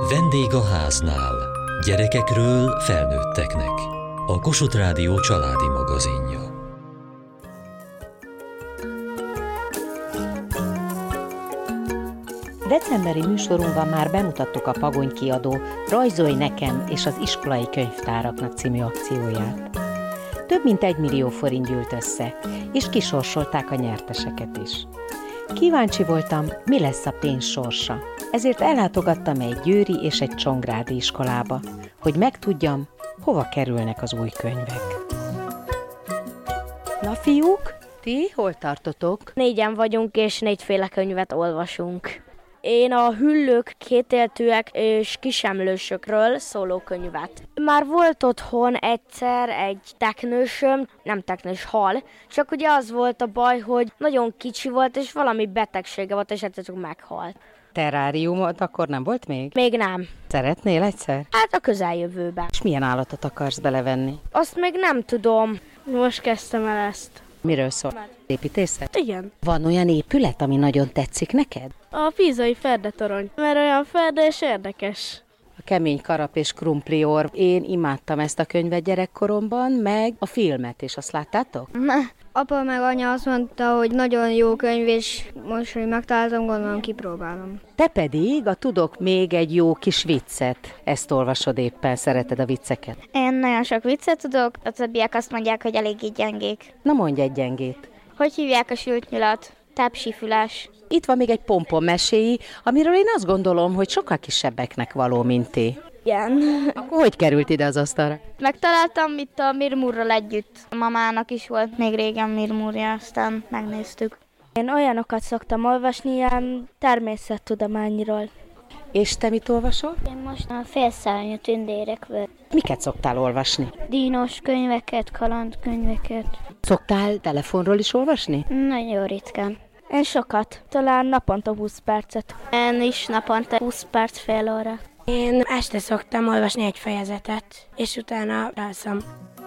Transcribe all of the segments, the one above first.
Vendég a háznál. Gyerekekről felnőtteknek. A Kossuth Rádió családi magazinja. Decemberi műsorunkban már bemutattuk a Pagony kiadó Rajzolj nekem és az iskolai könyvtáraknak című akcióját. Több mint 1 millió forint gyűlt össze, és kisorsolták a nyerteseket is. Kíváncsi voltam, mi lesz a pénz sorsa, ezért ellátogattam egy győri és egy csongrádi iskolába, hogy megtudjam, hova kerülnek az új könyvek. Na fiúk, ti hol tartotok? 4-en vagyunk, és 4 féle könyvet olvasunk. Én a Hüllők, kétéltűek és kisemlősökről szóló könyvet. Már volt otthon egyszer egy teknősöm, nem teknős, hal, csak ugye az volt a baj, hogy nagyon kicsi volt, és valami betegsége volt, és egyszer csak meghalt. Terráriumot akkor nem volt még? Még nem. Szeretnél egyszer? Hát a közeljövőben. És milyen állatot akarsz belevenni? Azt még nem tudom. Most kezdtem el ezt. Miről szól? Építészet? Igen. Van olyan épület, ami nagyon tetszik neked? A pízai ferdetorony, mert olyan ferde és érdekes. A Kemény karap és krumpli orr. Én imádtam ezt a könyvet gyerekkoromban, meg a filmet, és azt láttátok? Apa meg anya azt mondta, hogy nagyon jó könyv, és most, hogy megtaláltam, gondolom kipróbálom. Te pedig tudok még egy jó kis viccet. Ezt olvasod éppen, szereted a vicceket? Én nagyon sok viccet tudok, a többiek azt mondják, hogy eléggé gyengék. Na mondj egy gyengét. Hogy hívják a sült nyilat? Tápsifülás. Itt van még egy pompon meséi, amiről én azt gondolom, hogy sokkal kisebbeknek való, mint ti. Igen. Akkor hogy került ide az asztalra? Megtaláltam itt a Mirmurral együtt. A mamának is volt még régen Mirmurja, aztán megnéztük. Én olyanokat szoktam olvasni, ilyen természettudományról. És te mit olvasol? Én most a félszárnyú tündérekből. Miket szoktál olvasni? Dínos könyveket, kalandkönyveket. Szoktál telefonról is olvasni? Nagyon ritkán. Én sokat, talán naponta 20 percet. Én is naponta 20 perc, fél óra. Én este szoktam olvasni egy fejezetet, és utána alszom.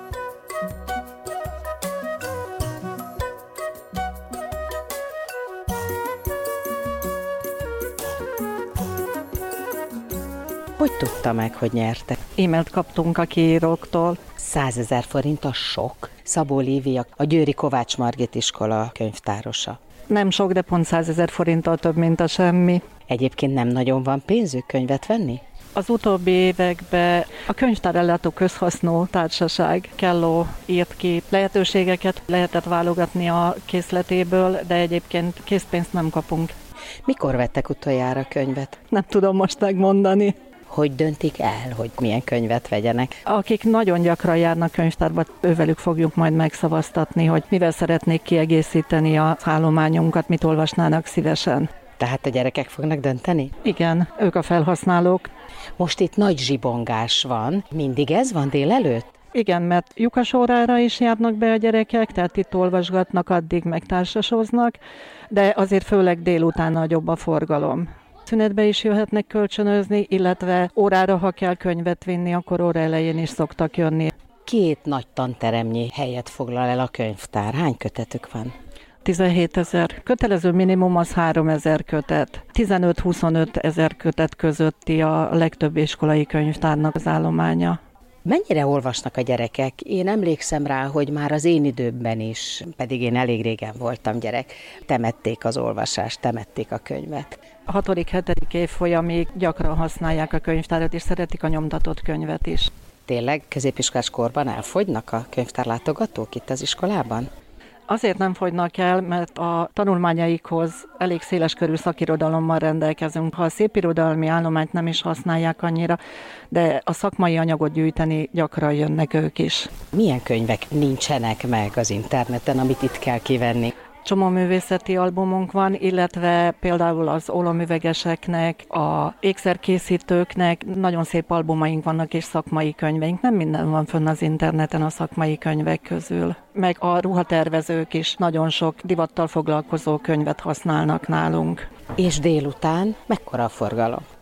Hogy tudta meg, hogy nyertek? E-mailt kaptunk a kiíróktól. 100 000 forint a sok. Szabó Lívia, a Győri Kovács Margit iskola könyvtárosa. Nem sok, de pont 100 000 forinttal több, mint a semmi. Egyébként nem nagyon van pénzük könyvet venni? Az utóbbi években a könyvtárellátó közhasznú társaság Kelló írt ki lehetőségeket, lehetett válogatni a készletéből, de egyébként készpénzt nem kapunk. Mikor vettek utoljára könyvet? Nem tudom most megmondani. Hogy döntik el, hogy milyen könyvet vegyenek? Akik nagyon gyakran járnak könyvtárba, ővelük fogjuk majd megszavaztatni, hogy mivel szeretnék kiegészíteni az állományunkat, mit olvasnának szívesen. Tehát a gyerekek fognak dönteni? Igen, ők a felhasználók. Most itt nagy zsibongás van. Mindig ez van délelőtt? Igen, mert lyukas órára is járnak be a gyerekek, tehát itt olvasgatnak, addig meg társasoznak, de azért főleg délután nagyobb a forgalom. Szünetbe is jöhetnek kölcsönözni, illetve órára, ha kell könyvet vinni, akkor óra elején is szoktak jönni. 2 nagy tanteremnyi helyet foglal el a könyvtár. Hány kötetük van? 17 000. Kötelező minimum az 3 000 kötet. 15-25 000 kötet közötti a legtöbb iskolai könyvtárnak az állománya. Mennyire olvasnak a gyerekek? Én emlékszem rá, hogy már az én időmben is, pedig én elég régen voltam gyerek, temették az olvasást, temették a könyvet. A 6.-7. évfolyamig gyakran használják a könyvtárat, és szeretik a nyomtatott könyvet is. Tényleg középiskolás korban elfogynak a könyvtárlátogatók itt az iskolában? Azért nem fogynak el, mert a tanulmányaikhoz elég széleskörű szakirodalommal rendelkezünk. Ha a szépirodalmi állományt nem is használják annyira, de a szakmai anyagot gyűjteni gyakran jönnek ők is. Milyen könyvek nincsenek meg az interneten, amit itt kell kivenni? Csomó művészeti albumunk van, illetve például az ólomüvegeseknek, a ékszerkészítőknek nagyon szép albumaink vannak és szakmai könyveink. Nem minden van fönn az interneten a szakmai könyvek közül. Meg a ruhatervezők is nagyon sok divattal foglalkozó könyvet használnak nálunk. És délután mekkora a forgalom?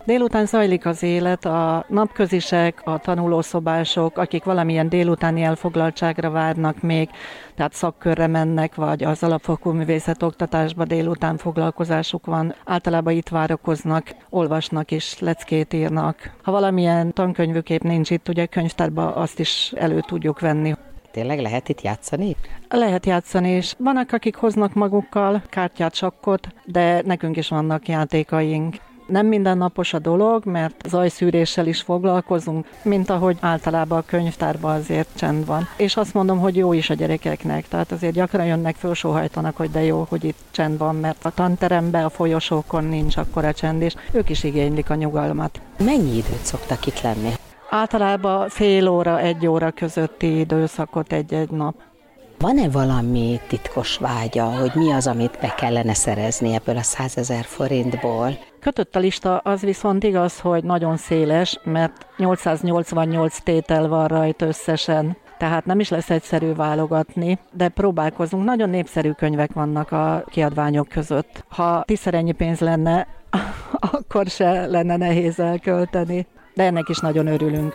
Délután zajlik az élet, a napközisek, a tanulószobások, akik valamilyen délutáni elfoglaltságra várnak még, tehát szakkörre mennek, vagy az alapfokú művészetoktatásba délután foglalkozásuk van. Általában itt várakoznak, olvasnak és leckét írnak. Ha valamilyen tankönyvükép nincs itt, ugye könyvtárba azt is elő tudjuk venni. Tényleg lehet itt játszani? Lehet játszani, és vannak, akik hoznak magukkal kártyát, sakkot, de nekünk is vannak játékaink. Nem mindennapos a dolog, mert zajszűréssel is foglalkozunk, mint ahogy általában a könyvtárban azért csend van. És azt mondom, hogy jó is a gyerekeknek, tehát azért gyakran jönnek föl, sóhajtanak, hogy de jó, hogy itt csend van, mert a tanteremben, a folyosókon nincs akkora csend, és ők is igénylik a nyugalmat. Mennyi időt szoktak itt lenni? Általában fél óra, 1 óra közötti időszakot egy-egy nap. Van-e valami titkos vágya, hogy mi az, amit be kellene szerezni ebből a 100 000 forintból? Kötött a lista, az viszont igaz, hogy nagyon széles, mert 888 tétel van rajta összesen. Tehát nem is lesz egyszerű válogatni, de próbálkozunk. Nagyon népszerű könyvek vannak a kiadványok között. Ha 10-szer ennyi pénz lenne, akkor se lenne nehéz elkölteni. De ennek is nagyon örülünk.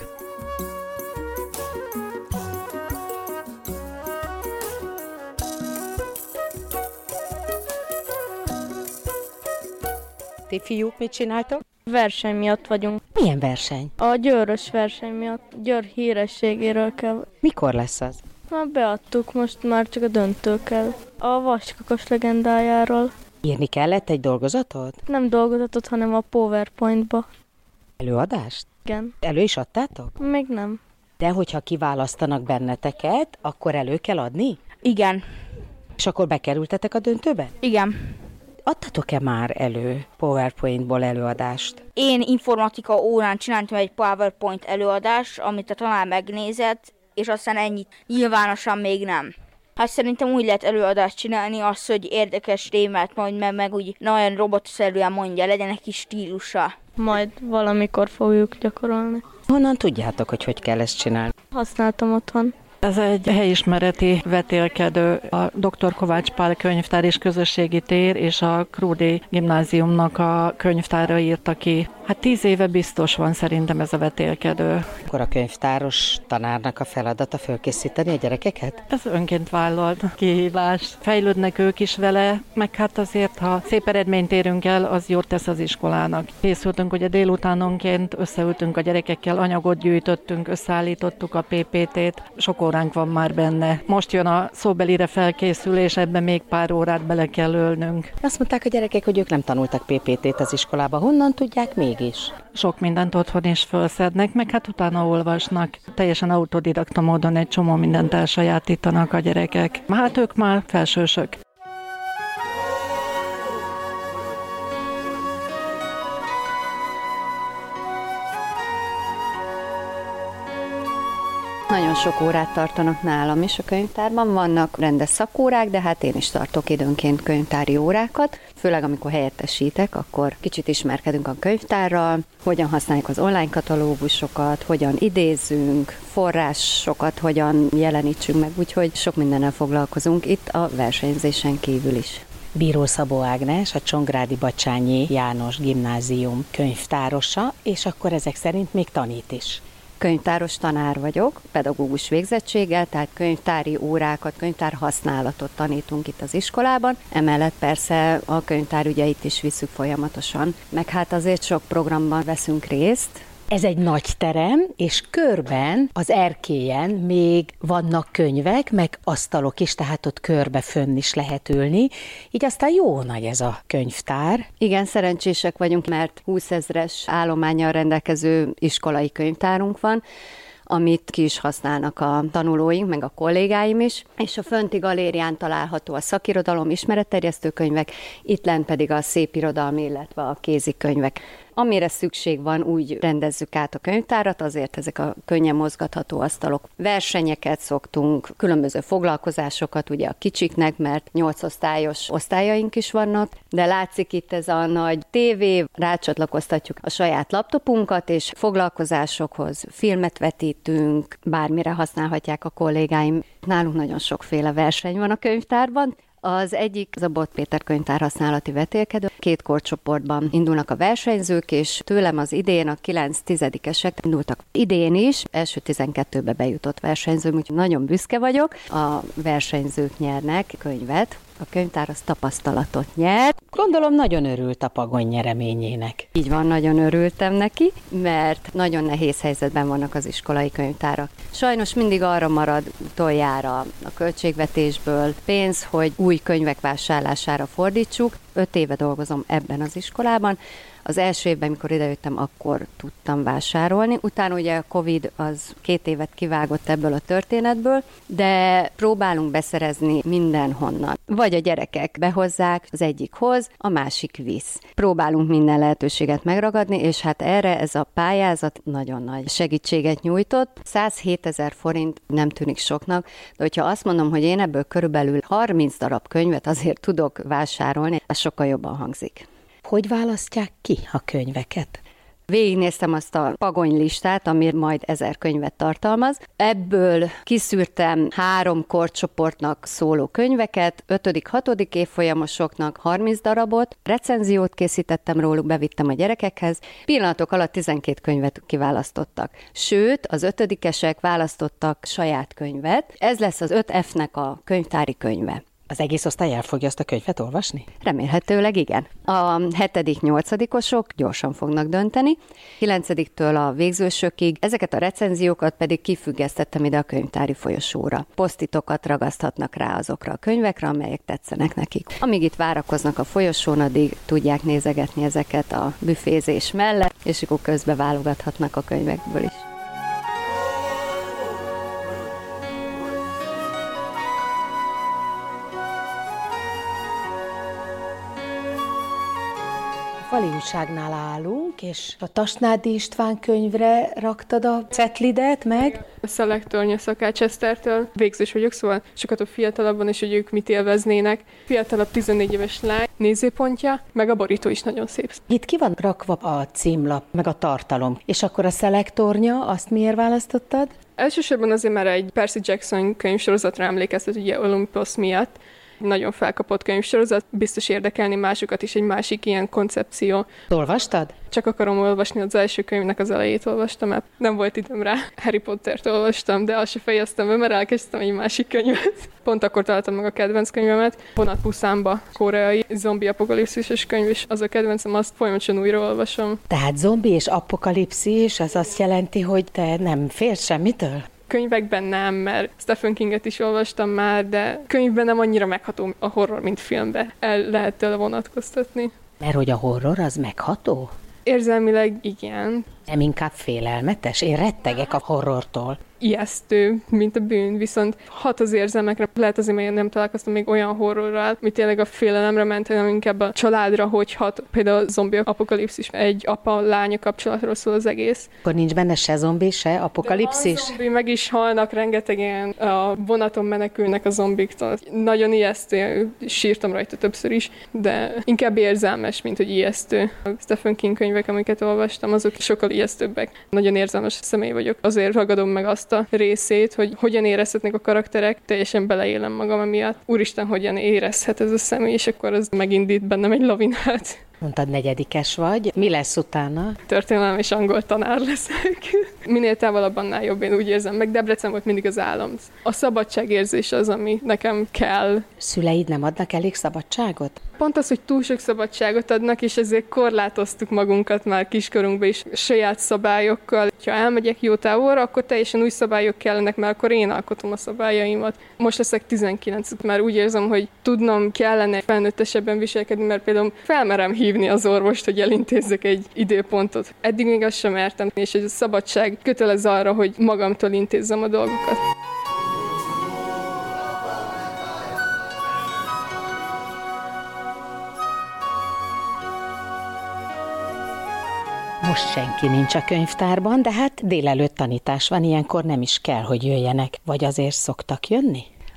Ti fiúk mit csináltok? Verseny miatt vagyunk. Milyen verseny? A Győrös verseny miatt. Győr hírességéről kell. Mikor lesz az? Már beadtuk, most már csak a döntő kell. A Vaskakas legendájáról. Írni kellett egy dolgozatot? Nem dolgozatot, hanem a PowerPointba. Előadást? Igen. Elő is adtátok? Még nem. De hogyha kiválasztanak benneteket, akkor elő kell adni? Igen. És akkor bekerültetek a döntőbe? Igen. Adtatok-e már elő PowerPointból előadást? Én informatika órán csináltam egy PowerPoint előadást, amit a tanár megnézett, és aztán ennyit. Nyilvánosan még nem. Hát szerintem úgy lehet előadást csinálni, az, hogy érdekes témát majd meg úgy nagyon robotszerűen mondja, legyen egy kis stílusa. Majd valamikor fogjuk gyakorolni. Honnan tudjátok, hogy kell ezt csinálni? Használtam otthon. Ez egy helyismereti vetélkedő, a Dr. Kovács Pál könyvtár és közösségi tér és a Krúdi gimnáziumnak a könyvtára írta ki. Hát 10 éve biztos van szerintem ez a vetélkedő. Akkor a könyvtáros tanárnak a feladata fölkészíteni a gyerekeket? Ez önként vállalt kihívás. Fejlődnek ők is vele, meg hát azért, ha szép eredményt érünk el, az jót tesz az iskolának. Készültünk, ugye délutánonként összeültünk a gyerekekkel, anyagot gyűjtöttünk, összeállítottuk a PPT-t, sok óránk van már benne. Most jön a szóbelire felkészülés, ebben még pár órát bele kell ölnünk. Azt mondták a gyerekek, hogy ők nem tanultak PPT-t az iskolába. Honnan tudják mégis? Sok mindent otthon is felszednek, meg hát utána olvasnak. Teljesen autodidakta módon egy csomó mindent elsajátítanak a gyerekek. Hát ők már felsősök. Nagyon sok órát tartanak nálam is a könyvtárban, vannak rendes szakórák, de hát én is tartok időnként könyvtári órákat, főleg amikor helyettesítek, akkor kicsit ismerkedünk a könyvtárral, hogyan használjuk az online katalógusokat, hogyan idézzünk, forrásokat hogyan jelenítsünk meg, úgyhogy sok mindennel foglalkozunk itt a versenyzésen kívül is. Bíró Szabó Ágnes, a Csongrádi Bacsányi János Gimnázium könyvtárosa, és akkor ezek szerint még tanít is. Könyvtáros tanár vagyok, pedagógus végzettséggel, tehát könyvtári órákat, könyvtárhasználatot tanítunk itt az iskolában. Emellett persze a könyvtárügyeit is visszük folyamatosan, meg hát azért sok programban veszünk részt. Ez egy nagy terem, és körben az erkélyen még vannak könyvek, meg asztalok is, tehát ott körbe fönn is lehet ülni. Így aztán jó nagy ez a könyvtár. Igen, szerencsések vagyunk, mert 20 000-es állománnyal rendelkező iskolai könyvtárunk van, amit ki is használnak a tanulóink, meg a kollégáim is, és a fönti galérián található a szakirodalom, ismeretterjesztő könyvek, itt lent pedig a szépirodalmi, illetve a kézikönyvek. Amire szükség van, úgy rendezzük át a könyvtárat, azért ezek a könnyen mozgatható asztalok. Versenyeket szoktunk, különböző foglalkozásokat ugye a kicsiknek, mert 8 osztályos osztályaink is vannak, de látszik itt ez a nagy tévé, rácsatlakoztatjuk a saját laptopunkat, és foglalkozásokhoz filmet vetítünk, bármire használhatják a kollégáim. Nálunk nagyon sokféle verseny van a könyvtárban. Az egyik, az a Bot Péter könyvtár használati vetélkedő. 2 korcsoportban indulnak a versenyzők, és tőlem az idén a 9-10-esek indultak. Idén is, első 12-be bejutott versenyzőm, úgyhogy nagyon büszke vagyok. A versenyzők nyernek könyvet. A könyvtár az tapasztalatot nyer. Gondolom nagyon örült a Pagony nyereményének. Így van, nagyon örültem neki, mert nagyon nehéz helyzetben vannak az iskolai könyvtárak. Sajnos mindig arra marad utoljára a költségvetésből pénz, hogy új könyvek vásárlására fordítsuk. 5 éve dolgozom ebben az iskolában. Az első évben, amikor idejöttem, akkor tudtam vásárolni. Utána ugye a Covid az 2 évet kivágott ebből a történetből, de próbálunk beszerezni mindenhonnan. Vagy a gyerekek behozzák, az egyik hoz, a másik visz. Próbálunk minden lehetőséget megragadni, és hát erre ez a pályázat nagyon nagy segítséget nyújtott. 107 000 forint nem tűnik soknak, de hogyha azt mondom, hogy én ebből körülbelül 30 darab könyvet azért tudok vásárolni, az sokkal jobban hangzik. Hogy választják ki a könyveket? Végignéztem azt a Pagony listát, ami majd 1000 könyvet tartalmaz. Ebből kiszűrtem 3 korcsoportnak szóló könyveket, 5.-6. évfolyamosoknak 30 darabot, recenziót készítettem róluk, bevittem a gyerekekhez. Pillanatok alatt 12 könyvet kiválasztottak. Sőt, az 5-esek választottak saját könyvet. Ez lesz az 5F-nek a könyvtári könyve. Az egész osztály el fogja azt a könyvet olvasni? Remélhetőleg igen. A 7.-8-osok gyorsan fognak dönteni, 9-től a végzősökig, ezeket a recenziókat pedig kifüggesztettem ide a könyvtári folyosóra. Posztitokat ragaszthatnak rá azokra a könyvekre, amelyek tetszenek nekik. Amíg itt várakoznak a folyosón, addig tudják nézegetni ezeket a büfézés mellett, és akkor közbe válogathatnak a könyvekből is. Fali újságnál állunk, és a Tasnádi István könyvre raktad a cetlidet meg. A Szelektornya Szakács Esztertől végzős vagyok, szóval sokat a fiatalabban is, hogy ők mit élveznének. Fiatalabb 14 éves lány nézőpontja, meg a borító is nagyon szép. Itt ki van rakva a címlap, meg a tartalom, és akkor a Szelektornya, azt miért választottad? Elsősorban azért már egy Percy Jackson könyvsorozatra emlékeztet, ugye Olympus miatt. Nagyon felkapott könyvsorozat, biztos érdekelni másokat is, egy másik ilyen koncepció. Olvastad? Csak akarom olvasni, az első könyvnek az elejét olvastam, mert nem volt időm rá. Harry Pottert olvastam, de azt se fejeztem be, mert elkezdtem egy másik könyvet. Pont akkor találtam meg a kedvenc könyvemet. Vonat Busanba, koreai zombi apokalipszises könyv, és az a kedvencem, azt folyamatosan újra olvasom. Tehát zombi és apokalipszis, az azt jelenti, hogy te nem félsz semmitől? Könyvekben nem, mert Stephen Kinget is olvastam már, de könyvben nem annyira megható a horror, mint filmben. El lehet tőle vonatkoztatni. Mert hogy a horror az megható? Érzelmileg igen. Nem inkább félelmetes? Én rettegek a horrortól. Ijesztő, mint a bűn, viszont hat az érzelmekre. Lehet azért, mert nem találkoztam még olyan horrorral, mi tényleg a félelemre ment, hanem inkább a családra, hogy hat. Például a zombi apokalipszis, egy apa-lánya kapcsolatról szól az egész. Akkor nincs benne se zombi, se apokalipszis? A zombi meg is halnak, rengetegen a vonaton menekülnek a zombiktól. Nagyon ijesztő, sírtam rajta többször is, de inkább érzelmes, mint hogy ijesztő. A Stephen King könyvek, amiket olvastam, azok sokkal ijesztőbbek. Nagyon érzelmes személy vagyok. Azért ragadom meg azt a részét, hogy hogyan érezhetnek a karakterek, teljesen beleélem magam emiatt. Úristen, hogyan érezhet ez a személy, és akkor az megindít bennem egy lavinát. Mondtad, 4. vagy. Mi lesz utána? Történelem és angol tanár leszek. Minél távolabb, annál jobb, én úgy érzem. Meg Debrecen volt mindig az álom. A szabadságérzés az, ami nekem kell. Szüleid nem adnak elég szabadságot? Pont az, hogy túl sok szabadságot adnak, és ezért korlátoztuk magunkat már kiskorunkban is saját szabályokkal. Ha elmegyek jó távolra, akkor teljesen új szabályok kellenek, mert akkor én alkotom a szabályaimat. Most leszek 19, már úgy érzem, hogy tudnom kellene felnőttesebben viselkedni, mert például felmerem hívni az orvost, hogy elintézzek egy időpontot. Eddig még azt sem értem, és ez a szabadság kötelez arra, hogy magamtól intézzem a dolgokat. Most senki nincs a könyvtárban, de hát délelőtt tanítás van, ilyenkor nem is kell, hogy jöjjenek. Vagy azért szoktak jönni?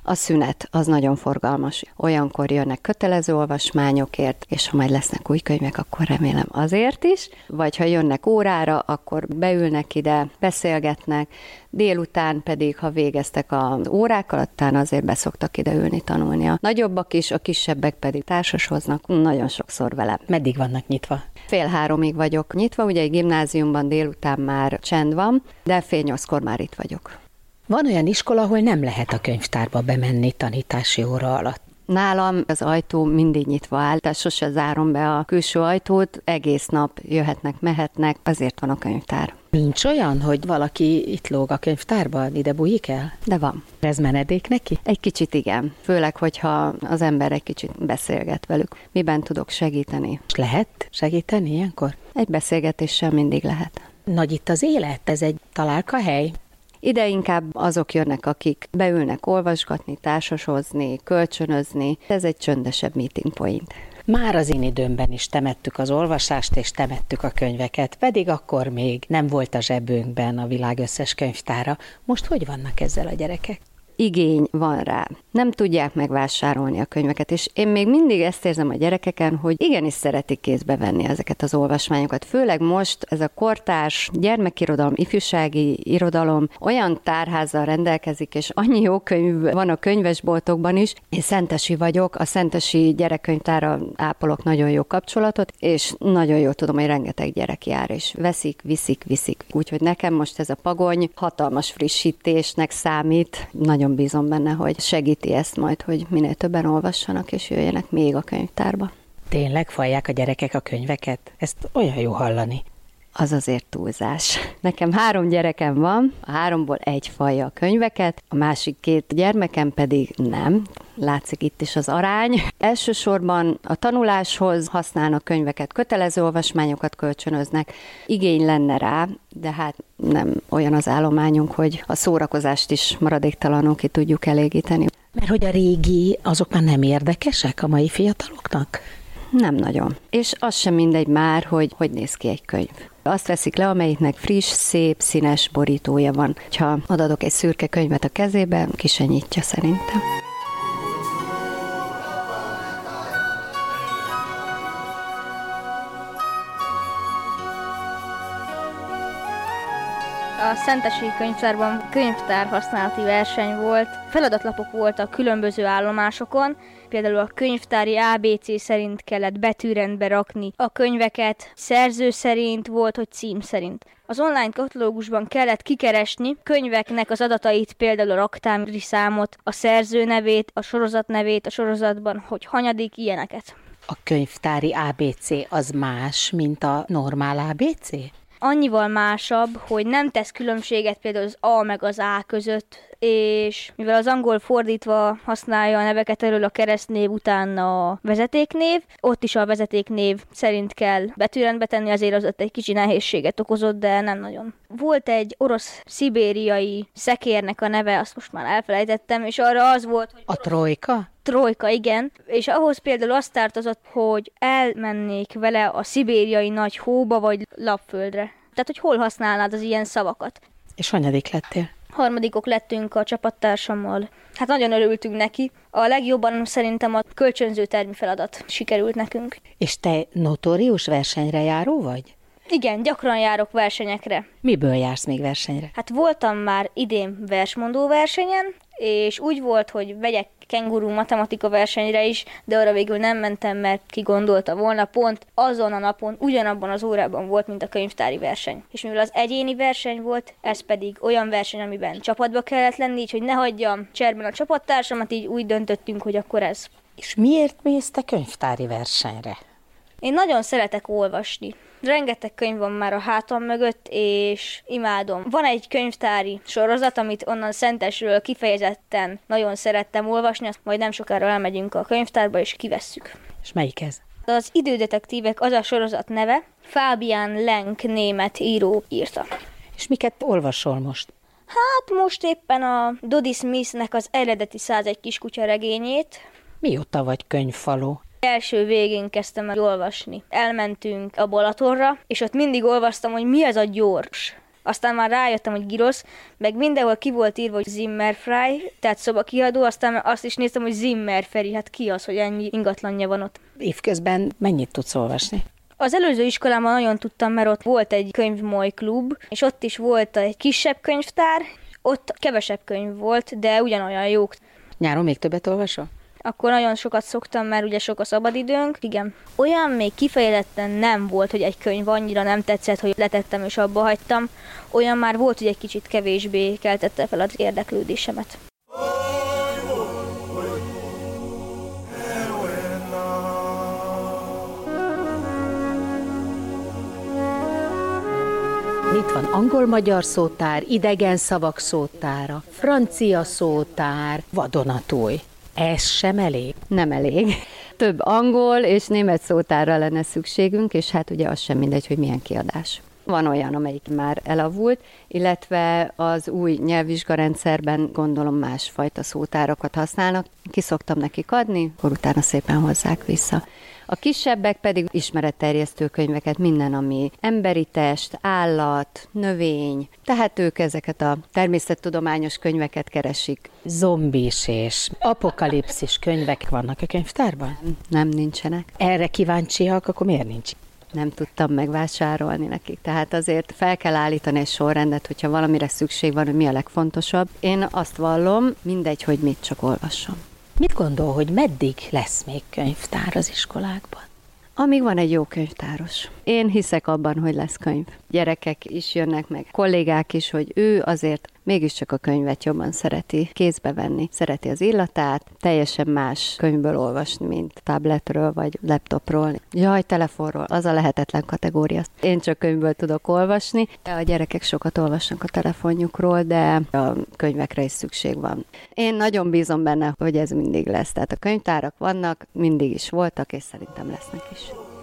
A szünet az nagyon forgalmas. Olyankor jönnek kötelező olvasmányokért, és ha majd lesznek új könyvek, akkor remélem azért is. Vagy ha jönnek órára, akkor beülnek ide, beszélgetnek, délután pedig, ha végeztek az órákkal, aztán azért beszoktak ide ülni tanulni. A nagyobbak is, a kisebbek pedig társashoznak nagyon sokszor velem. Meddig vannak nyitva? 2:30 vagyok nyitva, ugye egy gimnáziumban délután már csend van, de 7:30 már itt vagyok. Van olyan iskola, ahol nem lehet a könyvtárba bemenni tanítási óra alatt. Nálam az ajtó mindig nyitva áll, tehát sose zárom be a külső ajtót, egész nap jöhetnek, mehetnek, azért van a könyvtár. Nincs olyan, hogy valaki itt lóg a könyvtárban, ide bújik el? De van. Ez menedék neki? Egy kicsit igen, főleg, hogyha az ember egy kicsit beszélget velük. Miben tudok segíteni? És lehet segíteni ilyenkor? Egy beszélgetéssel mindig lehet. Nagy itt az élet? Ez egy találkahely? Ide inkább azok jönnek, akik beülnek olvasgatni, társasozni, kölcsönözni. Ez egy csöndesebb meeting point. Már az én időmben is temettük az olvasást, és temettük a könyveket, pedig akkor még nem volt a zsebünkben a világ összes könyvtára. Most hogy vannak ezzel a gyerekek? Igény van rá. Nem tudják megvásárolni a könyveket, és én még mindig ezt érzem a gyerekeken, hogy igenis szeretik kézbe venni ezeket az olvasmányokat. Főleg most ez a kortárs gyermekirodalom, ifjúsági irodalom olyan tárházzal rendelkezik, és annyi jó könyv van a könyvesboltokban is. Én szentesi vagyok, a szentesi gyerekkönyvtárral ápolok nagyon jó kapcsolatot, és nagyon jól tudom, hogy rengeteg gyerek jár, és veszik, viszik. Úgyhogy nekem most ez a Pagony hatalmas frissítésnek számít. Nagyon bízom benne, hogy segíti ezt majd, hogy minél többen olvassanak, és jöjjenek még a könyvtárba. Tényleg fajják a gyerekek a könyveket? Ezt olyan jó hallani. Az azért túlzás. Nekem 3 gyerekem van, a 3-ból 1 falja a könyveket, a másik 2 gyermekem pedig nem. Látszik itt is az arány. Elsősorban a tanuláshoz használnak könyveket, kötelező olvasmányokat kölcsönöznek. Igény lenne rá, de hát nem olyan az állományunk, hogy a szórakozást is maradéktalanul ki tudjuk elégíteni. Mert hogy a régi, azok már nem érdekesek a mai fiataloknak? Nem nagyon. És az sem mindegy már, hogy néz ki egy könyv. Azt veszik le, amelyiknek friss, szép, színes borítója van. Ha adok egy szürke könyvet a kezébe, ki se nyitja szerintem. A szentesi könyvtárban könyvtár használati verseny volt. Feladatlapok voltak különböző állomásokon, például a könyvtári ABC szerint kellett betűrendbe rakni a könyveket, szerző szerint volt, hogy cím szerint. Az online katalógusban kellett kikeresni könyveknek az adatait, például a raktári számot, a szerző nevét, a sorozat nevét, a sorozatban, hogy hanyadik, ilyeneket. A könyvtári ABC az más, mint a normál ABC? Annyival másabb, hogy nem tesz különbséget például az A meg az A között, és mivel az angol fordítva használja a neveket elől a keresztnév után a vezetéknév, ott is a vezetéknév szerint kell betűrendbe tenni, azért az ott egy kicsi nehézséget okozott, de nem nagyon. Volt egy orosz szibériai szekérnek a neve, azt most már elfelejtettem, és arra az volt, hogy... A trojka? Trojka, igen. És ahhoz például azt tartozott, hogy elmennék vele a szibériai nagy hóba vagy lapföldre. Tehát, hogy hol használnád az ilyen szavakat. És hanyadik lettél? 3. lettünk a csapattársammal. Hát nagyon örültünk neki. A legjobban szerintem a kölcsönző termifeladat sikerült nekünk. És te notórius versenyre járó vagy? Igen, gyakran járok versenyekre. Miből jársz még versenyre? Hát voltam már idén versmondó versenyen, és úgy volt, hogy vegyek kenguru matematika versenyre is, de arra végül nem mentem, mert ki gondolta volna, pont azon a napon, ugyanabban az órában volt, mint a könyvtári verseny. És mivel az egyéni verseny volt, ez pedig olyan verseny, amiben csapatba kellett lenni, így hogy ne hagyjam cserben a csapattársamat, így úgy döntöttünk, hogy akkor ez. És miért mész te könyvtári versenyre? Én nagyon szeretek olvasni. Rengeteg könyv van már a hátam mögött, és imádom. Van egy könyvtári sorozat, amit onnan Szentesről kifejezetten nagyon szerettem olvasni, azt majd nem sokára elmegyünk a könyvtárba, és kivesszük. És melyik ez? Az Idődetektívek, az a sorozat neve, Fabian Lenk német író írta. És miket olvasol most? Hát most éppen a Dodie Smithnek az eredeti 101 kiskutya regényét. Mióta vagy könyvfaló? Első végén kezdtem el olvasni. Elmentünk a Balatonra, és ott mindig olvastam, hogy mi ez a gyors. Aztán már rájöttem, hogy gyrosz, meg mindenhol ki volt írva, hogy Zimmerfrei, tehát szobakiadó, aztán azt is néztem, hogy Zimmerferi, hát ki az, hogy ennyi ingatlanja van ott. Évközben mennyit tudsz olvasni? Az előző iskolában nagyon tudtam, mert ott volt egy könyvmoly klub, és ott is volt egy kisebb könyvtár, ott kevesebb könyv volt, de ugyanolyan jók. Nyáron még többet olvasol? Akkor nagyon sokat szoktam, mert ugye sok a szabadidőnk. Igen. Olyan még kifejezetten nem volt, hogy egy könyv annyira nem tetszett, hogy letettem és abba hagytam. Olyan már volt, hogy egy kicsit kevésbé keltette fel az érdeklődésemet. Itt van angol-magyar szótár, idegen szavak szótára, francia szótár, vadonatúj. Ez sem elég? Nem elég. Több angol és német szótárra lenne szükségünk, és hát ugye az sem mindegy, hogy milyen kiadás. Van olyan, amelyik már elavult, illetve az új nyelvvizsgarendszerben gondolom másfajta szótárakat használnak. Ki szoktam nekik adni, akkor utána szépen hozzák vissza. A kisebbek pedig ismeretterjesztő könyveket, minden, ami emberi test, állat, növény, tehát ők ezeket a természettudományos könyveket keresik. Zombis és apokalipszis könyvek vannak a könyvtárban? Nem, nincsenek. Erre kíváncsiak, akkor miért nincs? Nem tudtam megvásárolni nekik, tehát azért fel kell állítani egy sorrendet, hogyha valamire szükség van, hogy mi a legfontosabb. Én azt vallom, mindegy, hogy mit, csak olvassom. Mit gondol, hogy meddig lesz még könyvtár az iskolákban? Amíg van egy jó könyvtáros. Én hiszek abban, hogy lesz könyv. Gyerekek is jönnek meg, kollégák is, hogy ő azért mégiscsak a könyvet jobban szereti kézbe venni. Szereti az illatát, teljesen más könyvből olvasni, mint tabletről vagy laptopról. Jaj, telefonról, az a lehetetlen kategória. Én csak könyvből tudok olvasni. A gyerekek sokat olvasnak a telefonjukról, de a könyvekre is szükség van. Én nagyon bízom benne, hogy ez mindig lesz. Tehát a könyvtárak vannak, mindig is voltak, és szerintem lesznek is.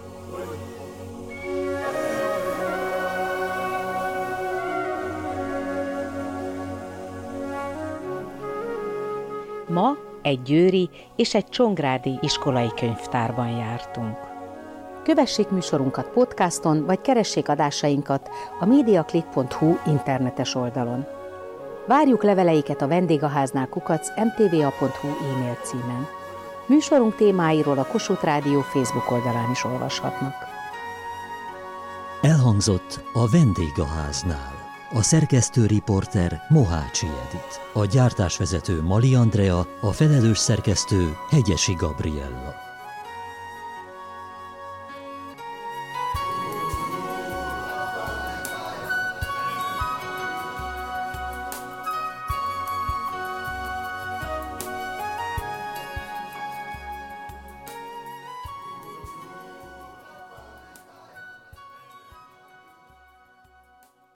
Ma egy győri és egy csongrádi iskolai könyvtárban jártunk. Kövessék műsorunkat podcaston, vagy keressék adásainkat a mediaclick.hu internetes oldalon. Várjuk leveleiket a vendégháznál @mtva.hu e-mail címen. Műsorunk témáiról a Kossuth Rádió Facebook oldalán is olvashatnak. Elhangzott a vendégháznál. A szerkesztő riporter Mohácsi Edit, a gyártásvezető Mali Andrea, a felelős szerkesztő Hegyesi Gabriella.